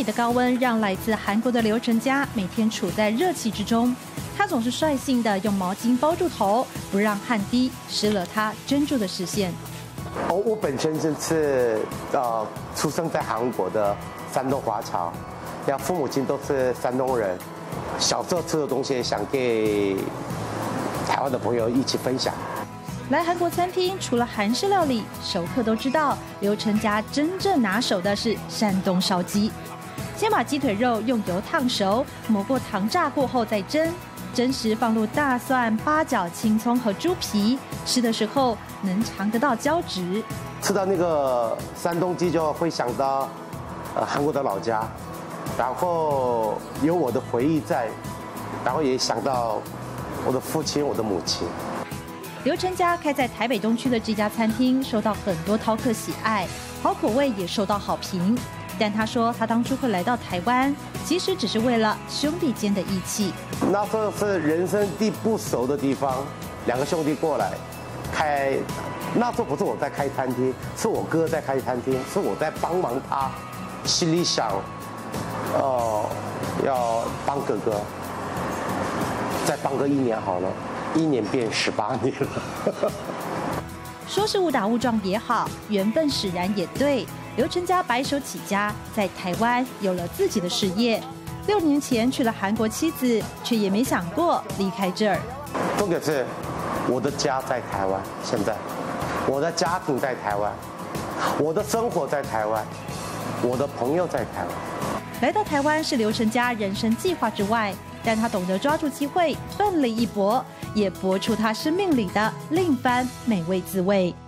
的高温让来自韩国的刘成家每天处在热气之中。他总是率性的用毛巾包住头，不让汗滴湿了他专注的视线。 我本身是出生在韩国的山东华侨，父母亲都是山东人。小时候吃的东西想给台湾的朋友一起分享。 来韩国餐厅，除了韩式料理，熟客都知道刘成家真正拿手的是山东烧鸡。先把鸡腿肉用油烫熟，抹过糖炸过后再蒸。蒸时放入大蒜、八角、青葱和猪皮，吃的时候能尝得到胶质。 吃到那个山东鸡就会想到韩国的老家，然后有我的回忆在，然后也想到我的父亲、我的母亲。 刘成家开在台北东区的这家餐厅受到很多饕客喜爱，好口味也受到好评。但他说，他当初会来到台湾，其实只是为了兄弟间的义气。 那时候是人生地不熟的地方，两个兄弟过来开，那时候不是我在开餐厅，是我哥在开餐厅，是我在帮忙他，心里想，要帮哥哥，再帮个1年好了，1年变18年了。 说是误打误撞也好，缘分使然也对。刘成家白手起家，在台湾有了自己的事业。6年前娶了韩国妻子，却也没想过离开这儿。 重点是，我的家在台湾，现在我的家庭在台湾，我的生活在台湾，我的朋友在台湾。 来到台湾是刘成家人生计划之外，但他懂得抓住机会，奋力一搏，也搏出他生命里的另一番美味滋味。